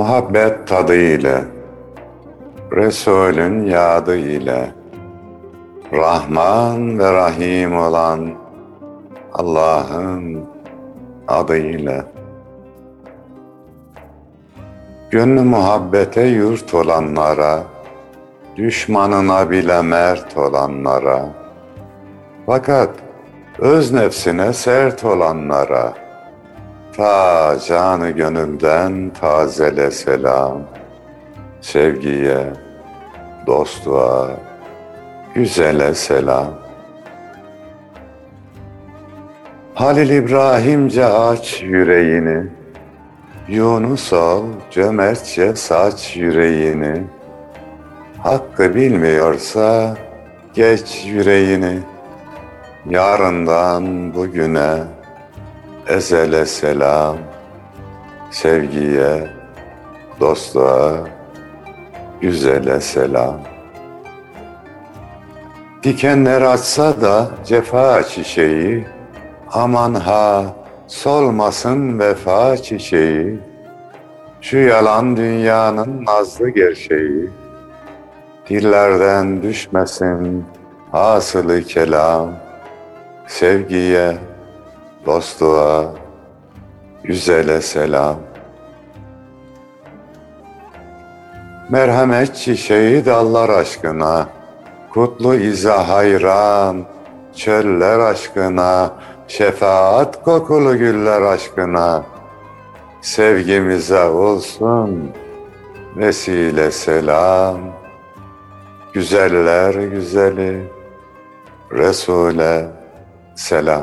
Muhabbet tadı ile, Resulün yadı ile, Rahman ve Rahim olan Allah'ın adıyla. Gönlü muhabbete yurt olanlara, düşmanına bile mert olanlara, fakat öz nefsine sert olanlara, ta canı gönülden tazele selam, sevgiye, dostluğa, güzele selam. Halil İbrahimce aç yüreğini, Yunus ol cömertçe saç yüreğini, hakkı bilmiyorsa geç yüreğini, yarından bugüne ezele selam, sevgiye, dostluğa, güzele selam. Dikenler açsa da cefa çiçeği, aman ha solmasın vefa çiçeği, şu yalan dünyanın nazlı gerçeği, dillerden düşmesin hasılı kelam, sevgiye, dostluğa, güzele selam. Merhamet çiçeği dallar aşkına, kutlu iza hayran, çöller aşkına, şefaat kokulu güller aşkına, sevgimize olsun vesile selam, güzeller güzeli Resul'e selam.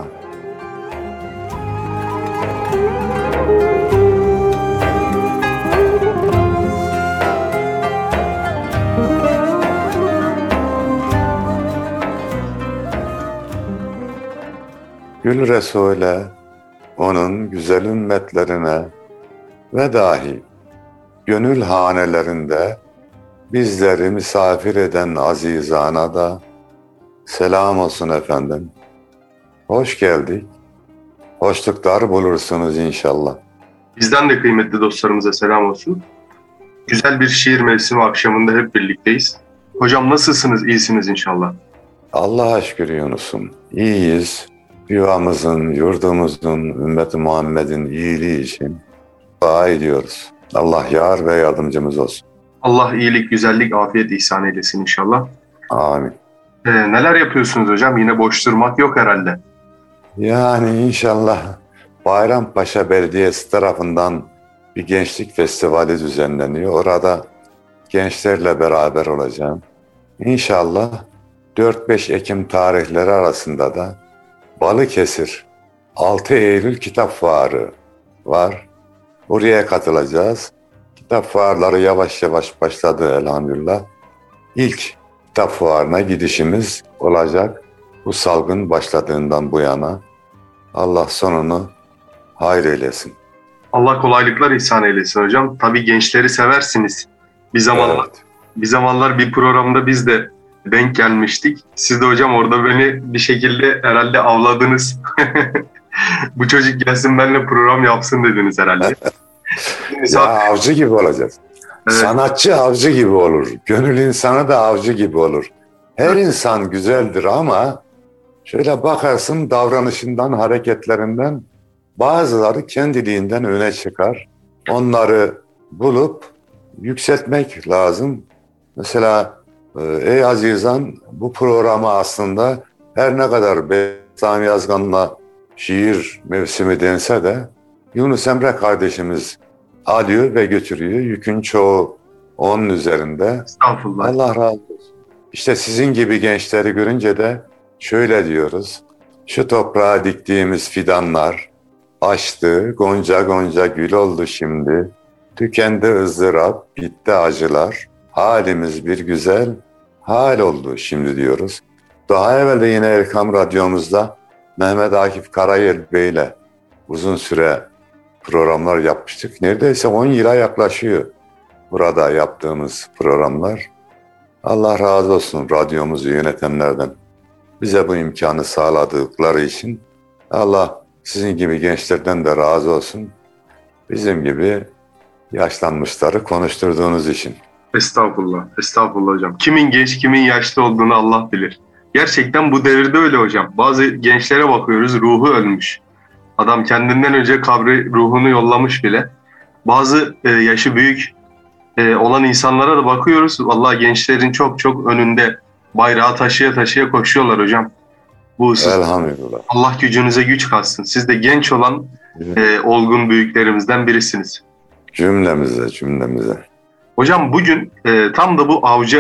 Gül Resul'e, onun güzel ümmetlerine ve dahi gönül hanelerinde bizleri misafir eden azizana da selam olsun efendim. Hoş geldik. Hoşluklar bulursunuz inşallah. Bizden de kıymetli dostlarımıza selam olsun. Güzel bir şiir mevsimi akşamında hep birlikteyiz. Hocam nasılsınız? İyisiniz inşallah. Allah'a şükür Yunus'um. İyiyiz. Yuvamızın, yurdumuzun, ümmeti Muhammed'in iyiliği için dua ediyoruz. Allah yar ve yardımcımız olsun. Allah iyilik, güzellik, afiyet ihsan eylesin inşallah. Amin. Neler yapıyorsunuz hocam? Yine boş durmak yok herhalde. Yani inşallah Bayrampaşa Belediyesi tarafından bir gençlik festivali düzenleniyor. Orada gençlerle beraber olacağım. İnşallah 4-5 Ekim tarihleri arasında da Balıkesir 6 Eylül Kitap Fuarı var. Oraya katılacağız. Kitap fuarları yavaş yavaş başladı elhamdülillah. İlk kitap fuarına gidişimiz olacak. Bu salgın başladığından bu yana. Allah sonunu hayır eylesin. Allah kolaylıklar ihsan eylesin hocam. Tabii gençleri seversiniz. Bir zamanlar bir programda biz de denk gelmiştik. Siz de hocam orada beni bir şekilde herhalde avladınız. Bu çocuk gelsin benimle program yapsın dediniz herhalde. Ya avcı gibi olacağız. Evet. Sanatçı avcı gibi olur. Gönül insanı da avcı gibi olur. Her insan güzeldir ama şöyle bakarsın davranışından, hareketlerinden bazıları kendiliğinden öne çıkar. Onları bulup yükseltmek lazım. Mesela ey azizan, bu programı aslında her ne kadar Sami Yazgan'la şiir mevsimi dense de Yunus Emre kardeşimiz alıyor ve götürüyor. Yükün çoğu onun üzerinde. Estağfurullah. Allah razı olsun. İşte sizin gibi gençleri görünce de şöyle diyoruz. Şu toprağa diktiğimiz fidanlar açtı, gonca gonca gül oldu şimdi. Tükendi ızdırap, bitti acılar. Halimiz bir güzel hal oldu şimdi diyoruz. Daha evvel de yine Erkam Radyomuzda Mehmet Akif Karayel Bey'le uzun süre programlar yapmıştık. Neredeyse 10 yıla yaklaşıyor burada yaptığımız programlar. Allah razı olsun radyomuzu yönetenlerden. Bize bu imkanı sağladıkları için Allah sizin gibi gençlerden de razı olsun. Bizim gibi yaşlanmışları konuşturduğunuz için. Estağfurullah, estağfurullah hocam. Kimin genç, kimin yaşlı olduğunu Allah bilir. Gerçekten bu devirde öyle hocam. Bazı gençlere bakıyoruz, ruhu ölmüş. Adam kendinden önce kabre ruhunu yollamış bile. Bazı yaşı büyük olan insanlara da bakıyoruz. Vallahi gençlerin çok çok önünde bayrağı taşıya taşıya koşuyorlar hocam. Bu siz, Elhamdülillah. Allah gücünüze güç katsın. Siz de genç olan olgun büyüklerimizden birisiniz. Cümlemize. Hocam bugün tam da bu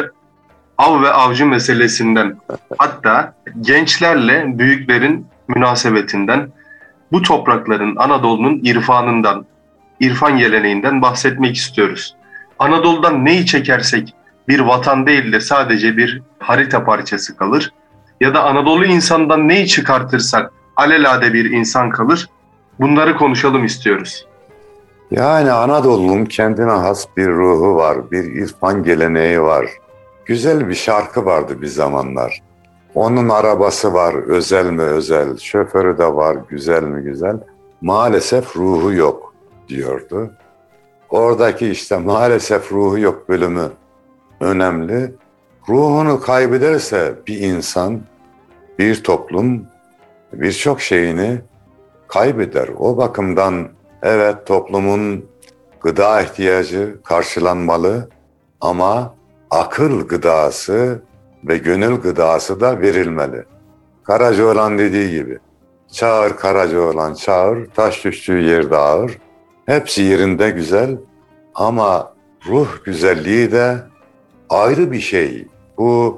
av ve avcı meselesinden, hatta gençlerle büyüklerin münasebetinden, bu toprakların, Anadolu'nun irfanından, irfan geleneğinden bahsetmek istiyoruz. Anadolu'dan neyi çekersek bir vatan değil de sadece bir harita parçası kalır. Ya da Anadolu insanından neyi çıkartırsak alelade bir insan kalır. Bunları konuşalım istiyoruz. Yani Anadolu'nun kendine has bir ruhu var, bir irfan geleneği var. Güzel bir şarkı vardı bir zamanlar. Onun arabası var, özel mi özel, şoförü de var, güzel mi güzel. Maalesef ruhu yok diyordu. Oradaki işte maalesef ruhu yok bölümü önemli. Ruhunu kaybederse bir insan, bir toplum birçok şeyini kaybeder. O bakımdan evet toplumun gıda ihtiyacı karşılanmalı ama akıl gıdası ve gönül gıdası da verilmeli. Karacaoğlan dediği gibi, çağır Karacaoğlan çağır, taş düştüğü yerde ağır. Hepsi yerinde güzel ama ruh güzelliği de ayrı bir şey. Bu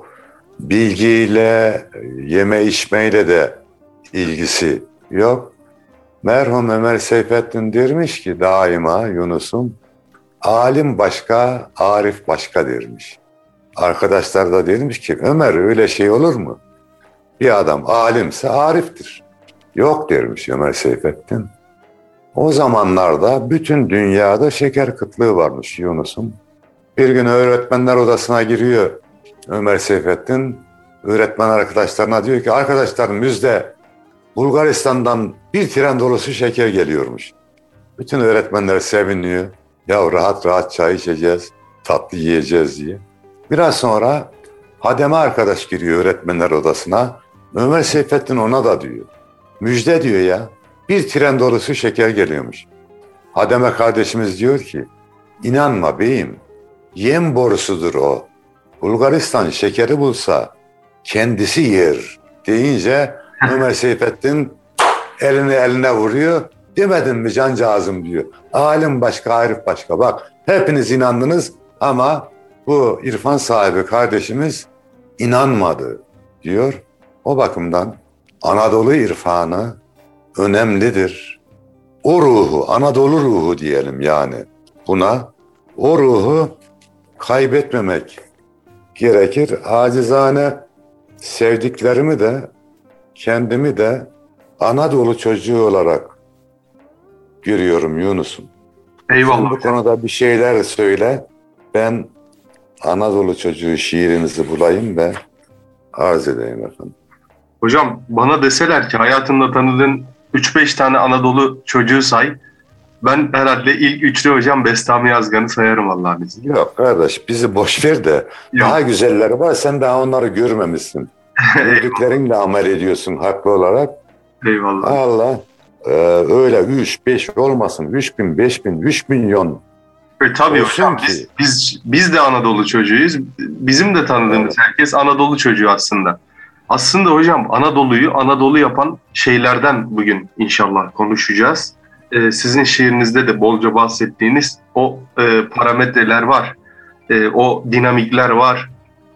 bilgiyle, yeme içmeyle de ilgisi yok. Merhum Ömer Seyfettin dermiş ki daima Yunus'um, alim başka, arif başka dermiş. Arkadaşlar da demiş ki Ömer öyle şey olur mu? Bir adam alimse ariftir. Yok dermiş Ömer Seyfettin. O zamanlarda bütün dünyada şeker kıtlığı varmış Yunus'um. Bir gün öğretmenler odasına giriyor Ömer Seyfettin. Öğretmen arkadaşlarına diyor ki arkadaşlar müjde Bulgaristan'dan bir tren dolusu şeker geliyormuş. Bütün öğretmenler seviniyor. Ya rahat rahat çay içeceğiz, tatlı yiyeceğiz diye. Biraz sonra hademe arkadaş giriyor öğretmenler odasına. Ömer Seyfettin ona da diyor. Müjde diyor ya, bir tren dolusu şeker geliyormuş. Hademe kardeşimiz diyor ki, inanma beyim, yem borusudur o. Bulgaristan şekeri bulsa kendisi yer deyince Ömer Seyfettin elini eline vuruyor. Demedin mi cancağızım diyor. Alim başka, arif başka. Bak hepiniz inandınız ama bu irfan sahibi kardeşimiz inanmadı diyor. O bakımdan Anadolu irfanı önemlidir. O ruhu, Anadolu ruhu diyelim yani buna. O ruhu kaybetmemek gerekir. Acizane sevdiklerimi de kendimi de Anadolu çocuğu olarak görüyorum Yunus'um. Eyvallah. Sen bu konuda bir şeyler söyle. Ben Anadolu çocuğu şiirinizi bulayım ve arz edeyim efendim. Hocam bana deseler ki hayatında tanıdığın 3-5 tane Anadolu çocuğu say. Ben herhalde ilk üçlü hocam Bestami Yazgan'ı sayarım Allah'ın izniyle. Yok kardeş bizi boş ver de daha güzelleri var. Sen daha onları görmemişsin. Gördüklerinle amel ediyorsun haklı olarak. Eyvallah. Allah öyle 3-5 olmasın. 3.000, 5.000, 3 milyon. Tabii hocam biz de Anadolu çocuğuyuz. Bizim de tanıdığımız herkes Anadolu çocuğu aslında. Aslında hocam Anadolu'yu Anadolu yapan şeylerden bugün inşallah konuşacağız. Sizin şiirinizde de bolca bahsettiğiniz o parametreler var. O dinamikler var.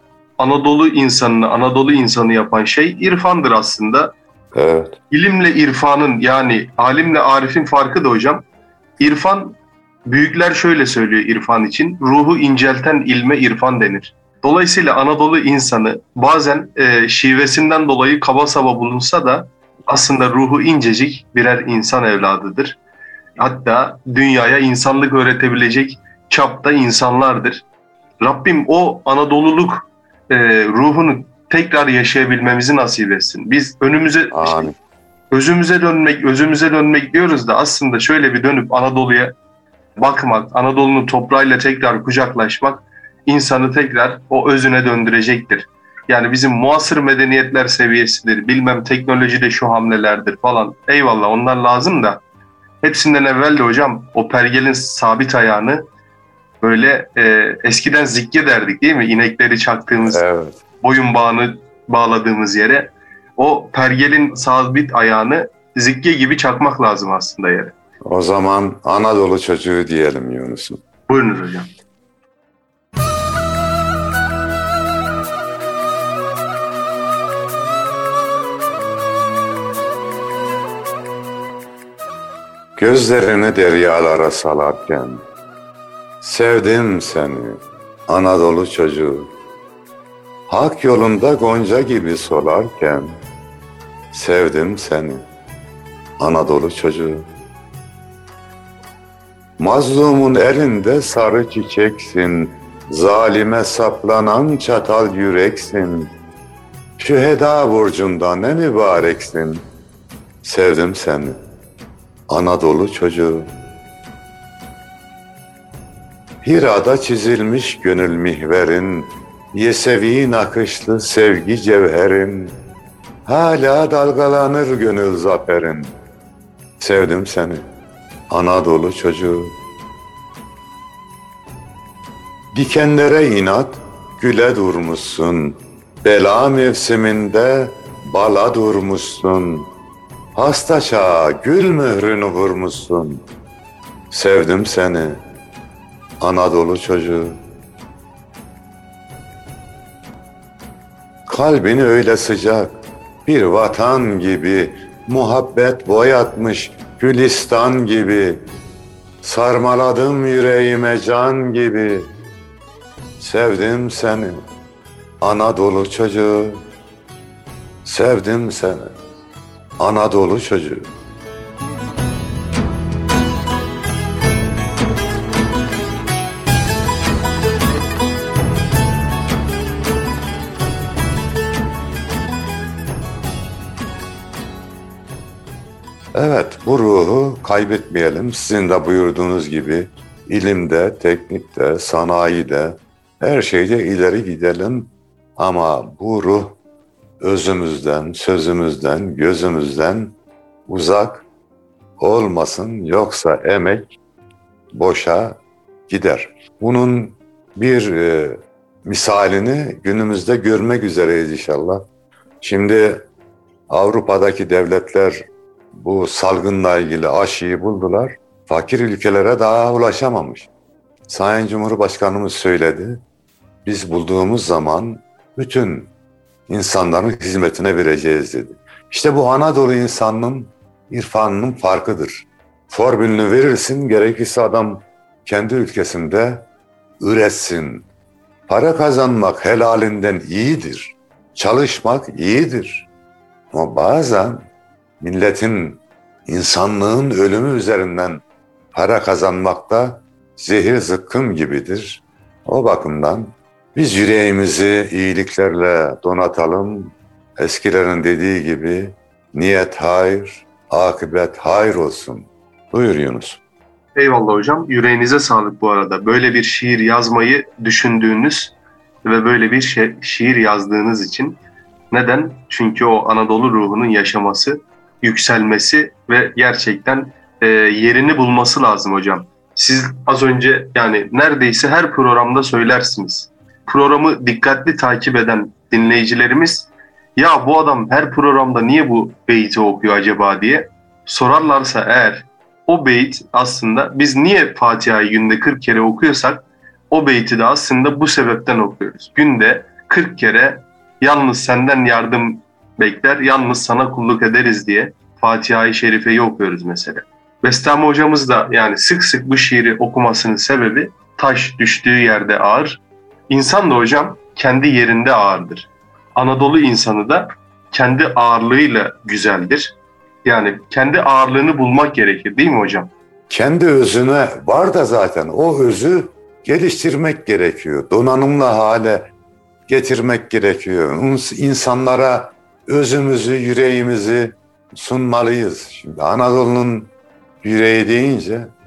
Anadolu insanı yapan şey irfandır aslında. Evet. İlimle irfanın yani alimle arifin farkı da hocam. İrfan, büyükler şöyle söylüyor irfan için. Ruhu incelten ilme irfan denir. Dolayısıyla Anadolu insanı bazen şivesinden dolayı kaba saba bulunsa da aslında ruhu incecik birer insan evladıdır. Hatta dünyaya insanlık öğretebilecek çapta insanlardır. Rabbim o Anadoluluk ruhunu tekrar yaşayabilmemizi nasip etsin. Biz özümüze dönmek diyoruz da aslında şöyle bir dönüp Anadolu'ya bakmak, Anadolu'nun toprağıyla tekrar kucaklaşmak insanı tekrar o özüne döndürecektir. Yani bizim muasır medeniyetler seviyesidir, bilmem teknolojide şu hamlelerdir falan. Eyvallah, onlar lazım da hepsinden evvel de hocam o pergelin sabit ayağını böyle eskiden zikke derdik değil mi? İnekleri çaktığımız, Evet. boyun bağını bağladığımız yere o pergelin sabit ayağını zikke gibi çakmak lazım aslında yere. O zaman Anadolu çocuğu diyelim Yunus'um. Buyurunuz hocam. Gözlerini deryalara salarken, sevdim seni Anadolu çocuğu. Hak yolunda gonca gibi solarken, sevdim seni Anadolu çocuğu. Mazlumun elinde sarı çiçeksin, zalime saplanan çatal yüreksin. Şüheda burcunda ne mübareksin, sevdim seni Anadolu çocuğu. Hira'da çizilmiş gönül mihverin, Yesevi nakışlı sevgi cevherin, hala dalgalanır gönül zaferin, sevdim seni Anadolu çocuğu. Dikenlere inat, güle durmuşsun, bela mevsiminde bala durmuşsun, hasta çağa gül mührünü vurmuşsun, sevdim seni Anadolu çocuğu. Kalbin öyle sıcak, bir vatan gibi, muhabbet boyatmış gülistan gibi, sarmaladım yüreğime can gibi, sevdim seni Anadolu çocuğu, sevdim seni Anadolu çocuğu. Evet, bu ruhu kaybetmeyelim. Sizin de buyurduğunuz gibi ilimde, teknikte, sanayide, her şeyde ileri gidelim. Ama bu ruh özümüzden, sözümüzden, gözümüzden uzak olmasın. Yoksa emek boşa gider. Bunun bir misalini günümüzde görmek üzereyiz inşallah. Şimdi Avrupa'daki devletler bu salgınla ilgili aşıyı buldular. Fakir ülkelere daha ulaşamamış. Sayın Cumhurbaşkanımız söyledi. Biz bulduğumuz zaman bütün insanların hizmetine vereceğiz dedi. İşte bu Anadolu insanının irfanının farkıdır. Formülünü verirsin, gerekirse adam kendi ülkesinde üretsin. Para kazanmak helalinden iyidir. Çalışmak iyidir. Ama bazen milletin, insanlığın ölümü üzerinden para kazanmak da zehir zıkkım gibidir. O bakımdan biz yüreğimizi iyiliklerle donatalım. Eskilerin dediği gibi niyet hayır, akıbet hayır olsun. Buyur Yunus. Eyvallah hocam. Yüreğinize sağlık bu arada. Böyle bir şiir yazmayı düşündüğünüz ve böyle bir şiir yazdığınız için. Neden? Çünkü o Anadolu ruhunun yaşaması, yükselmesi ve gerçekten yerini bulması lazım hocam. Siz az önce yani neredeyse her programda söylersiniz. Programı dikkatli takip eden dinleyicilerimiz ya bu adam her programda niye bu beyti okuyor acaba diye sorarlarsa eğer o beyit aslında biz niye Fatiha'yı günde 40 kere okuyorsak o beyti de aslında bu sebepten okuyoruz. Günde 40 kere yalnız senden yardım bekler, yalnız sana kulluk ederiz diye Fatiha-i Şerife'yi okuyoruz mesela. Bestami hocamız da yani sık sık bu şiiri okumasının sebebi taş düştüğü yerde ağır. İnsan da hocam kendi yerinde ağırdır. Anadolu insanı da kendi ağırlığıyla güzeldir. Yani kendi ağırlığını bulmak gerekir değil mi hocam? Kendi özüne var da zaten o özü geliştirmek gerekiyor. Donanımlı hale getirmek gerekiyor. İnsanlara özümüzü, yüreğimizi sunmalıyız. Şimdi Anadolu'nun yüreği deyince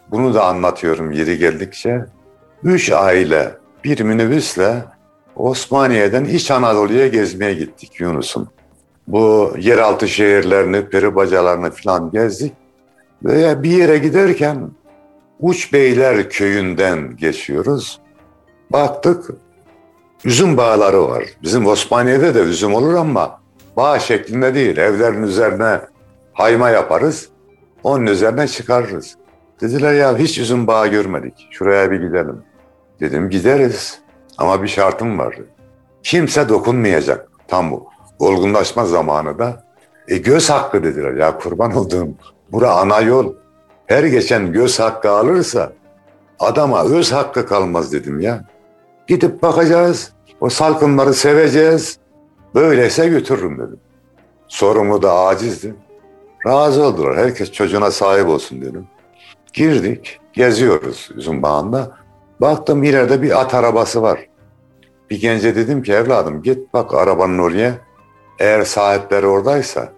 bunu da anlatıyorum yeri geldikçe. 3 aile bir minibüsle Osmaniye'den İç Anadolu'ya gezmeye gittik Yunus'um. Bu yeraltı şehirlerini, peribacalarını falan gezdik. Ve bir yere giderken Uçbeyler köyünden geçiyoruz. Baktık üzüm bağları var. Bizim Osmaniye'de de üzüm olur ama bağ şeklinde değil. Evlerin üzerine hayma yaparız. Onun üzerine çıkarırız. Dediler ya hiç üzüm bağı görmedik. Şuraya bir gidelim. Dedim gideriz ama bir şartım var. Kimse dokunmayacak. Tam bu olgunlaşma zamanı da. Göz hakkı dediler. Ya kurban olduğum bura ana yol. Her geçen göz hakkı alırsa adama öz hakkı kalmaz dedim ya. Gidip bakacağız. O salkımları seveceğiz. Böyleyse götürürüm dedim. Sorumlu da acizdi. Razı oldular. Herkes çocuğuna sahip olsun dedim. Girdik. Geziyoruz üzüm bağında. Baktım ileride bir at arabası var. Bir gence dedim ki evladım git bak arabanın oraya. Eğer sahipleri oradaysa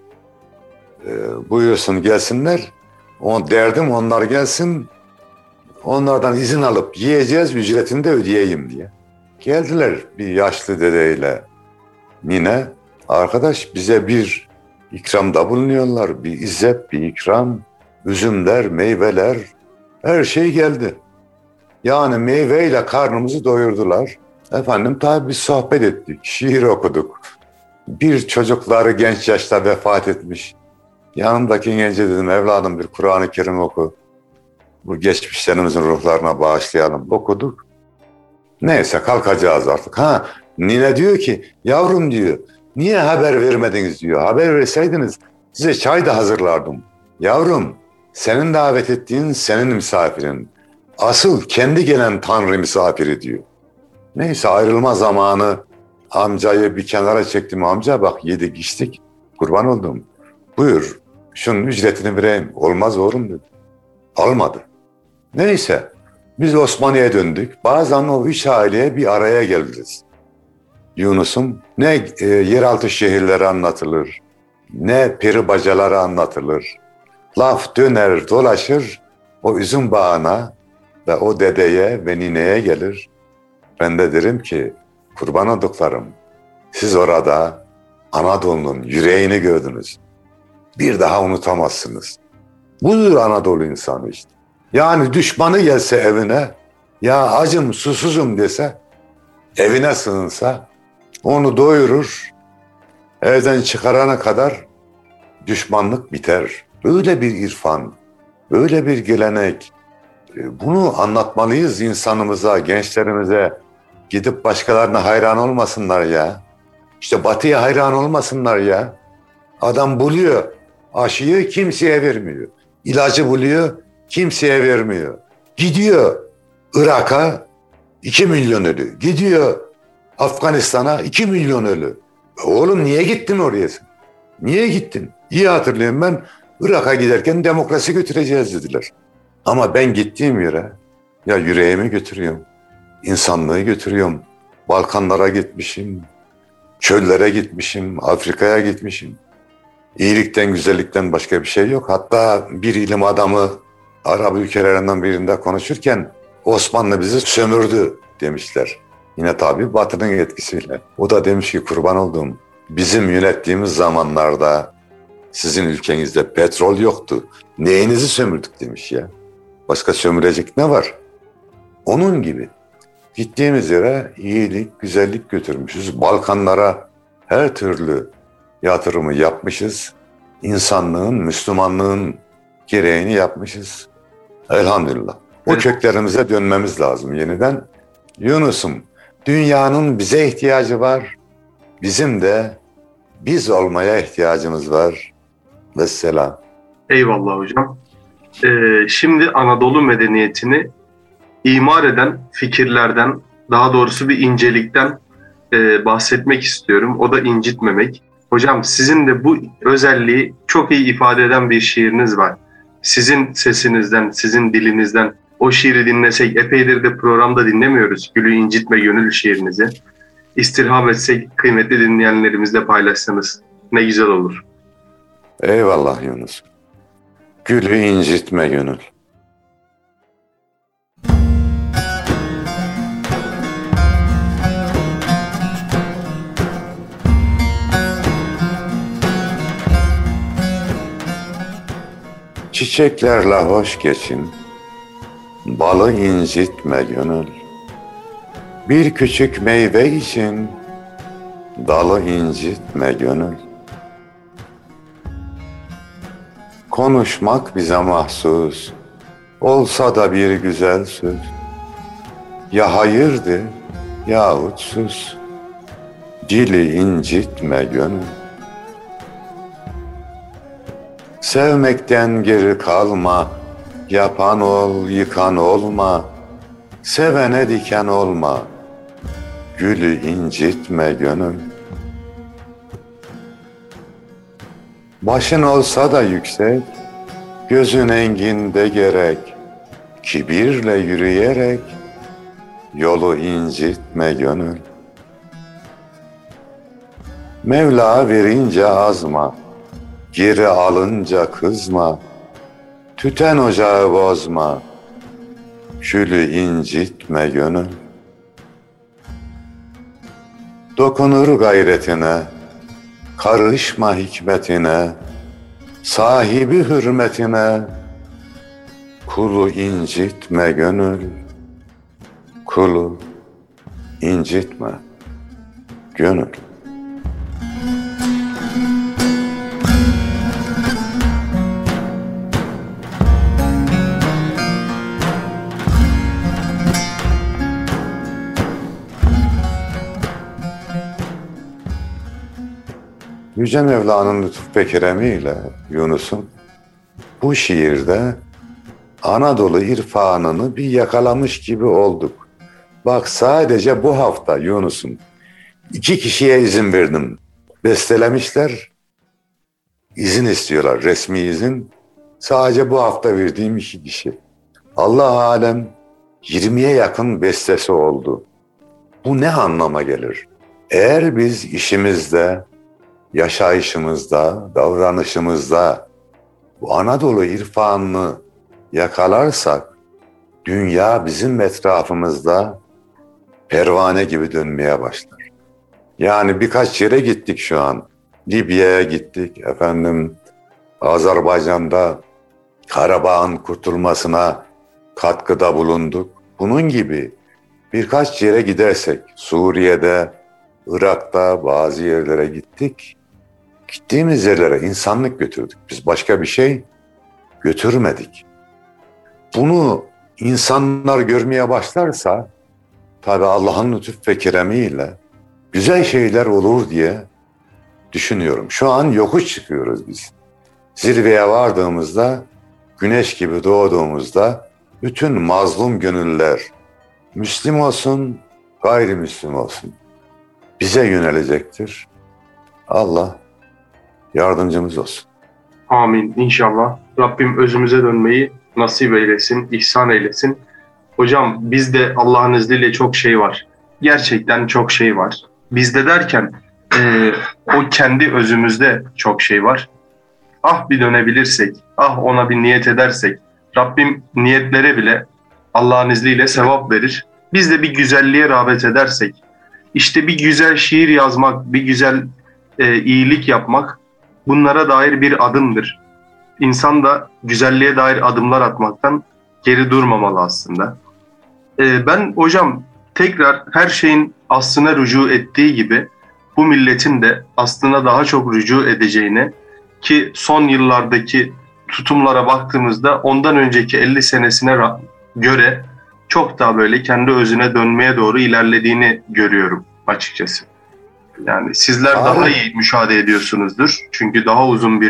buyursun gelsinler. Derdim onlar gelsin. Onlardan izin alıp yiyeceğiz ücretini de ödeyeyim diye. Geldiler bir yaşlı dedeyle nine. Arkadaş bize bir ikramda bulunuyorlar. Bir izzet, bir ikram. Üzümler, meyveler her şey geldi. Yani meyveyle karnımızı doyurdular. Efendim tabii biz sohbet ettik, şiir okuduk. Bir çocukları genç yaşta vefat etmiş. Yanımdaki gence dedim evladım bir Kur'an-ı Kerim oku. Bu geçmişlerimizin ruhlarına bağışlayalım. Okuduk. Neyse kalkacağız artık. Nine diyor ki yavrum diyor niye haber vermediniz diyor. Haber verseydiniz size çay da hazırlardım. Yavrum senin davet ettiğin senin misafirin. Asıl kendi gelen Tanrı misafiri diyor. Neyse ayrılma zamanı amcayı bir kenara çektim. Amca bak yedik içtik kurban oldum. Buyur şunun ücretini vereyim. Olmaz oğlum dedi. Almadı. Neyse biz Osmaniye'ye döndük. Bazen o 3 aileye bir araya geliriz. Yunus'um ne yeraltı şehirleri anlatılır, ne peribacaları anlatılır. Laf döner dolaşır o üzüm bağına ve o dedeye ve nineye gelir. Ben de derim ki kurban olduklarım siz orada Anadolu'nun yüreğini gördünüz. Bir daha unutamazsınız. Budur Anadolu insanı işte. Yani düşmanı gelse evine, ya acım susuzum dese, evine sığınsa, onu doyurur, evden çıkarana kadar düşmanlık biter. Böyle bir irfan, böyle bir gelenek. Bunu anlatmalıyız insanımıza, gençlerimize. Gidip başkalarına hayran olmasınlar ya. İşte Batı'ya hayran olmasınlar ya. Adam buluyor, aşıyı kimseye vermiyor. İlacı buluyor, kimseye vermiyor. Gidiyor Irak'a 2 milyon ölü. Gidiyor Afganistan'a 2 milyon ölü. Oğlum niye gittin oraya sen? Niye gittin? İyi hatırlıyorum ben Irak'a giderken demokrasi götüreceğiz dediler. Ama ben gittiğim yere ya yüreğimi götürüyorum. İnsanlığı götürüyorum. Balkanlara gitmişim. Çöllere gitmişim. Afrika'ya gitmişim. İyilikten, güzellikten başka bir şey yok. Hatta bir ilim adamı Arap ülkelerinden birinde konuşurken Osmanlı bizi sömürdü demişler. Yine tabii Batı'nın etkisiyle. O da demiş ki kurban olduğum bizim yönettiğimiz zamanlarda sizin ülkenizde petrol yoktu. Neyinizi sömürdük demiş ya. Başka sömürecek ne var? Onun gibi gittiğimiz yere iyilik, güzellik götürmüşüz. Balkanlara her türlü yatırımı yapmışız. İnsanlığın, Müslümanlığın gereğini yapmışız. Elhamdülillah. O köklerimize dönmemiz lazım yeniden. Yunus'um, dünyanın bize ihtiyacı var. Bizim de biz olmaya ihtiyacımız var. Vesselam. Eyvallah hocam. Şimdi Anadolu medeniyetini imar eden fikirlerden, daha doğrusu bir incelikten bahsetmek istiyorum. O da incitmemek. Hocam sizin de bu özelliği çok iyi ifade eden bir şiiriniz var. Sizin sesinizden, sizin dilinizden o şiiri dinlesek, epeydir de programda dinlemiyoruz. Gülü incitme gönül şiirinizi. İstirham etsek, kıymetli dinleyenlerimizle paylaşsanız ne güzel olur. Eyvallah Yunus. Gülü incitme gönül. Çiçeklerle hoş geçin, balı incitme gönül. Bir küçük meyve için dalı incitme gönül. Konuşmak bize mahsus, olsa da bir güzel söz. Ya hayırdır yahut sus, dili incitme gönül. Sevmekten geri kalma, yapan ol, yıkan olma. Sevene diken olma, gülü incitme gönül. Başın olsa da yüksek, gözün enginde gerek. Kibirle yürüyerek, yolu incitme gönül. Mevla verince azma, geri alınca kızma. Tüten ocağı bozma, külü incitme gönül. Dokunur gayretine, karışma hikmetine, sahibi hürmetine, kulu incitme gönül. Kulu incitme gönül. Yüce Mevla'nın lütuf ve keremiyle Yunus'un bu şiirde Anadolu irfanını bir yakalamış gibi olduk. Bak sadece bu hafta Yunus'un 2 kişiye izin verdim. Bestelemişler, izin istiyorlar, resmi izin. Sadece bu hafta verdiğim 2 kişi. Allah alem 20'ye yakın bestesi oldu. Bu ne anlama gelir? Eğer biz işimizde, yaşayışımızda, davranışımızda bu Anadolu irfanını yakalarsak dünya bizim etrafımızda pervane gibi dönmeye başlar. Yani birkaç yere gittik şu an. Libya'ya gittik, Azerbaycan'da Karabağ'ın kurtulmasına katkıda bulunduk. Bunun gibi birkaç yere gidersek, Suriye'de, Irak'ta bazı yerlere gittik. Gittiğimiz yerlere insanlık götürdük. Biz başka bir şey götürmedik. Bunu insanlar görmeye başlarsa tabii Allah'ın lütuf ve keremiyle güzel şeyler olur diye düşünüyorum. Şu an yokuş çıkıyoruz biz. Zirveye vardığımızda, güneş gibi doğduğumuzda bütün mazlum gönüller Müslüm olsun, gayrimüslim olsun bize yönelecektir. Allah yardımcımız olsun. Amin inşallah. Rabbim özümüze dönmeyi nasip eylesin, ihsan eylesin. Hocam bizde Allah'ın izniyle çok şey var. Gerçekten çok şey var. Bizde derken o kendi özümüzde çok şey var. Ah bir dönebilirsek, ah ona bir niyet edersek, Rabbim niyetlere bile Allah'ın izniyle sevap verir. Biz de bir güzelliğe rağbet edersek, işte bir güzel şiir yazmak, bir güzel iyilik yapmak bunlara dair bir adımdır. İnsan da güzelliğe dair adımlar atmaktan geri durmamalı aslında. Ben hocam tekrar her şeyin aslına rücu ettiği gibi bu milletin de aslına daha çok rücu edeceğini ki son yıllardaki tutumlara baktığımızda ondan önceki 50 senesine göre çok daha böyle kendi özüne dönmeye doğru ilerlediğini görüyorum açıkçası. Yani sizler daha iyi müşahede ediyorsunuzdur. Çünkü daha uzun bir...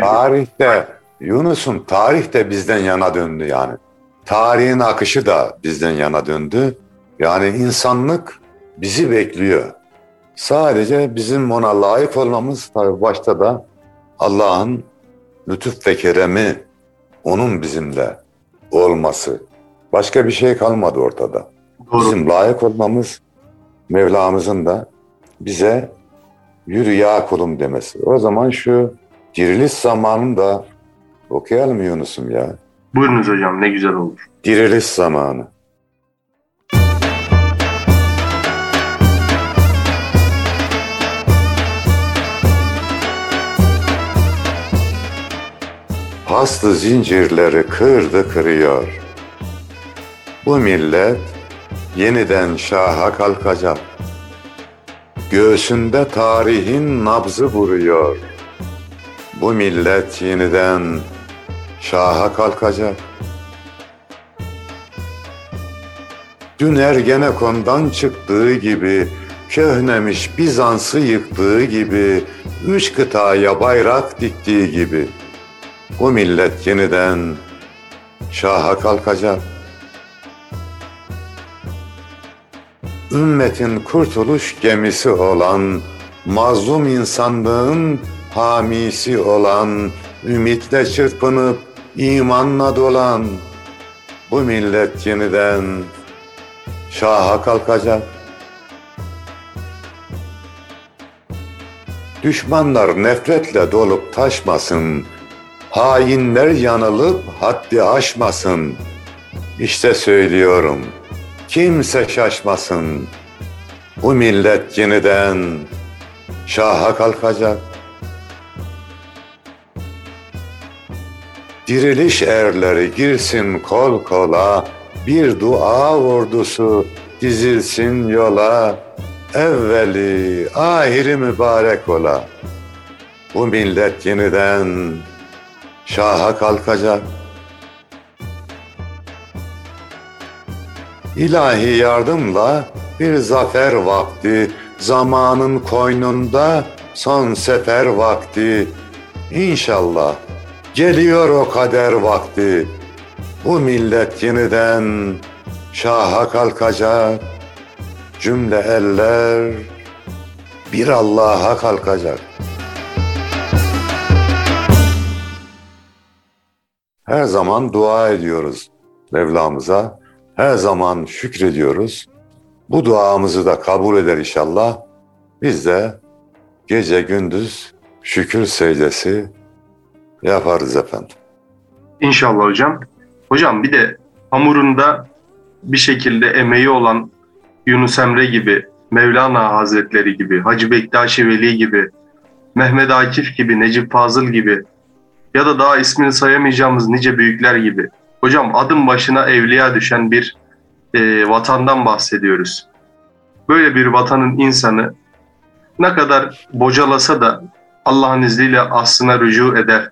Tarih de bizden yana döndü yani. Tarihin akışı da bizden yana döndü. Yani insanlık bizi bekliyor. Sadece bizim ona layık olmamız tabii başta da Allah'ın lütuf ve keremi, onun bizimle olması. Başka bir şey kalmadı ortada. Doğru. Bizim layık olmamız, Mevlamızın da bize yürü ya kulum demesi. O zaman şu diriliş zamanını da okuyalım Yunus'um ya. Buyurunuz hocam, ne güzel olur. Diriliş zamanı. aslı zincirleri kırdı kırıyor. Bu millet yeniden şaha kalkacak. Göğsünde tarihin nabzı vuruyor. Bu millet yeniden şaha kalkacak. Dün Ergenekon'dan çıktığı gibi, köhnemiş Bizans'ı yıktığı gibi, 3 kıtaya bayrak diktiği gibi, bu millet yeniden şaha kalkacak. Ümmetin kurtuluş gemisi olan, mazlum insanlığın hamisi olan, ümitle çırpınıp imanla dolan, bu millet yeniden şaha kalkacak. Düşmanlar nefretle dolup taşmasın, hainler yanılıp haddi aşmasın. İşte söylüyorum, kimse şaşmasın. Bu millet yeniden şaha kalkacak. Diriliş erleri girsin kol kola, bir dua ordusu dizilsin yola. Evveli, ahiri mübarek ola. Bu millet yeniden şaha kalkacak. İlahi yardımla bir zafer vakti, zamanın koynunda son sefer vakti. İnşallah geliyor o kader vakti. Bu millet yeniden şaha kalkacak. Cümle eller bir Allah'a kalkacak. Her zaman dua ediyoruz Mevlamıza. Her zaman şükrediyoruz. Bu duamızı da kabul eder inşallah. Biz de gece gündüz şükür secdesi yaparız efendim. İnşallah hocam. Hocam bir de hamurunda bir şekilde emeği olan Yunus Emre gibi, Mevlana Hazretleri gibi, Hacı Bektaşi Veli gibi, Mehmet Akif gibi, Necip Fazıl gibi ya da daha ismini sayamayacağımız nice büyükler gibi. Hocam adım başına evliya düşen bir vatandan bahsediyoruz. Böyle bir vatanın insanı ne kadar bocalasa da Allah'ın izniyle aslına rücu eder.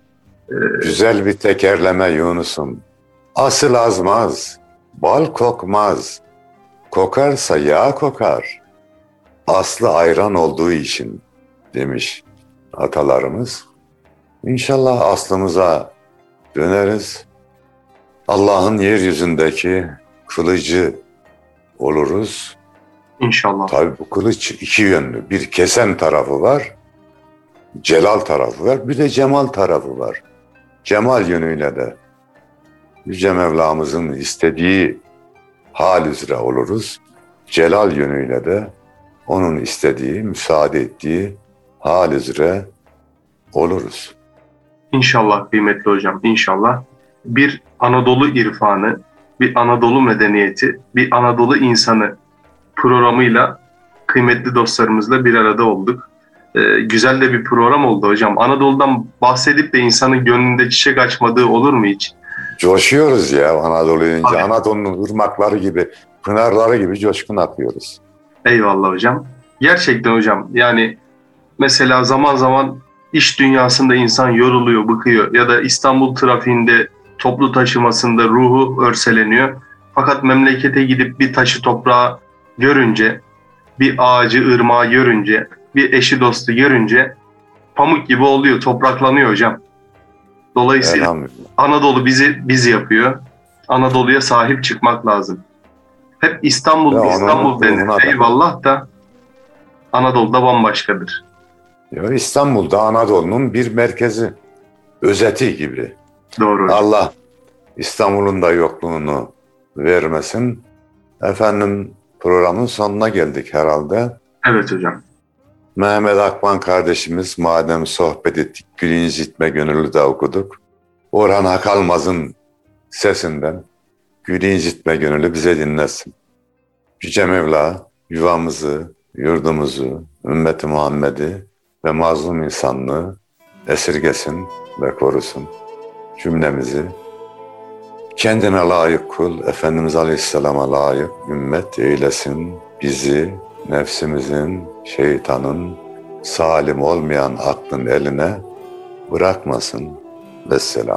Güzel bir tekerleme Yunus'um. Asıl azmaz, bal kokmaz. Kokarsa yağ kokar. Aslı ayran olduğu için demiş atalarımız. İnşallah aslımıza döneriz. Allah'ın yeryüzündeki kılıcı oluruz. İnşallah. Tabii bu kılıç iki yönlü. Bir kesen tarafı var, celal tarafı var, bir de cemal tarafı var. Cemal yönüyle de Yüce Mevlamızın istediği hal üzere oluruz. Celal yönüyle de onun istediği, müsaade ettiği hal üzere oluruz. İnşallah kıymetli hocam, inşallah. Bir Anadolu irfanı, bir Anadolu medeniyeti, bir Anadolu insanı programıyla kıymetli dostlarımızla bir arada olduk. Güzel de bir program oldu hocam. Anadolu'dan bahsedip de insanın gönlünde çiçek açmadığı olur mu hiç? Coşuyoruz ya Anadolu deyince. Abi. Anadolu'nun ırmakları gibi, pınarları gibi coşkun akıyoruz. Eyvallah hocam. Gerçekten hocam, yani mesela zaman zaman iş dünyasında insan yoruluyor, bıkıyor ya da İstanbul trafiğinde, toplu taşımasında ruhu örseleniyor. Fakat memlekete gidip bir taşı toprağı görünce, bir ağacı, ırmağı görünce, bir eşi dostu görünce pamuk gibi oluyor, topraklanıyor hocam. Dolayısıyla Anadolu bizi yapıyor. Anadolu'ya sahip çıkmak lazım. Hep İstanbul, İstanbul denir. Eyvallah da Anadolu'da bambaşkadır. Ya İstanbul'da Anadolu'nun bir merkezi, özeti gibi. Doğru hocam. Allah İstanbul'un da yokluğunu vermesin. Efendim programın sonuna geldik herhalde. Evet hocam. Mehmet Akman kardeşimiz madem sohbet ettik, Gül İncitme Gönüllü de okuduk. Orhan Akalmaz'ın sesinden Gül İncitme Gönüllü bize dinlesin. Yüce Mevla yuvamızı, yurdumuzu, ümmeti Muhammed'i ve mazlum insanlığı esirgesin ve korusun. cümlemizi kendine layık kul, Efendimiz Aleyhisselam'a layık ümmet eylesin. Bizi nefsimizin, şeytanın, salim olmayan aklın eline bırakmasın. Vesselam.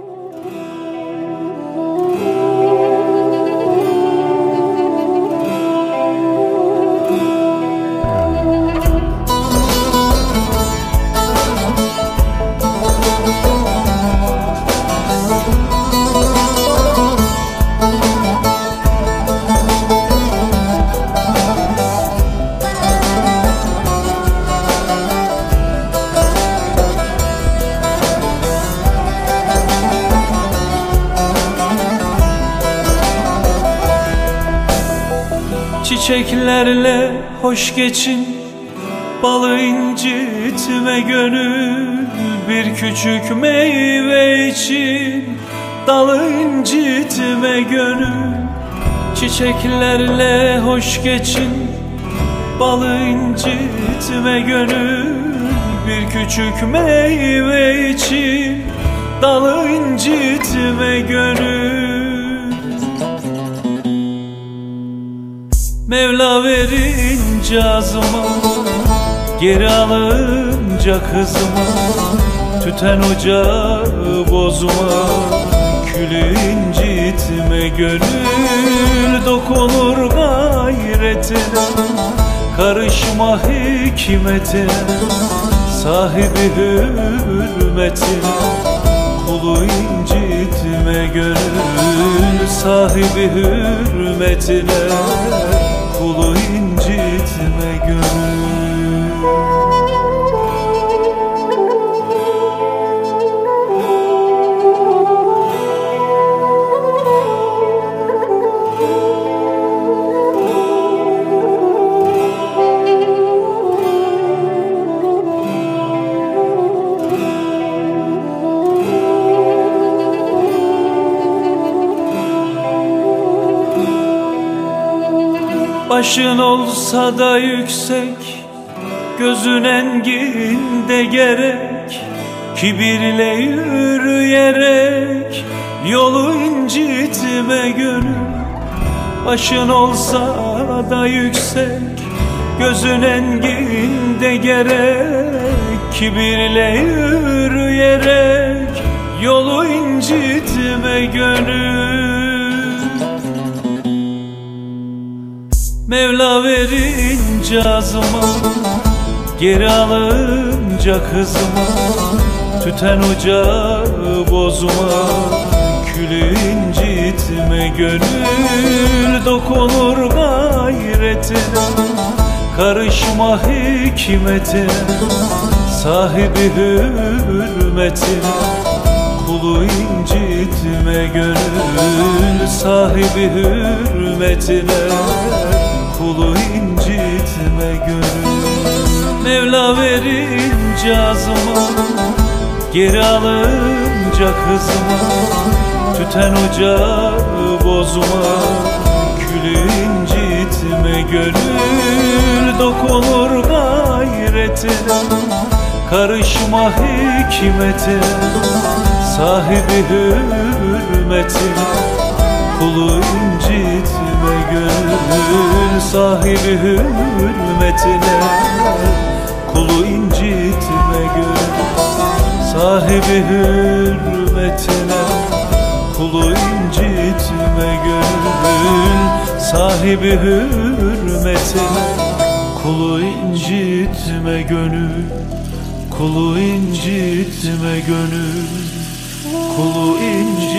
Çiçeklerle hoş geçin, balı incitme gönül. Bir küçük meyve için dalı incitme gönül. Çiçeklerle hoş geçin, balı incitme gönül. Bir küçük meyve için dalı incitme gönül. Mevla verince azıma, geri alınca kızıma, tüten ocağı bozma, külü incitme gönül. Dokunur gayretine, karışma hikmetine, sahibi hürmetine, kulu incitme gönül. Sahibi hürmetine, kulu incitme gönül. Başın olsa da yüksek, gözün enginde gerek, kibirle yürüyerek yolu incitme gönül. Başın olsa da yüksek, gözün enginde gerek, kibirle yürüyerek yolu incitme gönül. Mevla verince azıma, geri alınca kızıma, tüten ocağı bozma, külü incitme gönül. Dokunur gayretine, karışma hikmetine, sahibi hürmetine, kulu incitme gönül. Sahibi hürmetine, kulu incitme gönül. Mevla verince azıma, geri alınca kızıma, tüten ocağı bozma, külü incitme gönül. Dokunur gayretine, karışma hikmetine, sahibi hürmetine, kulu incitme gönül. Sahibi hürmetine, kulu incitme gönül. Sahibi hürmetine, kulu incitme gönül. Sahibi hürmetine, kulu incitme gönül. Kulu incitme gönül, kulu incitme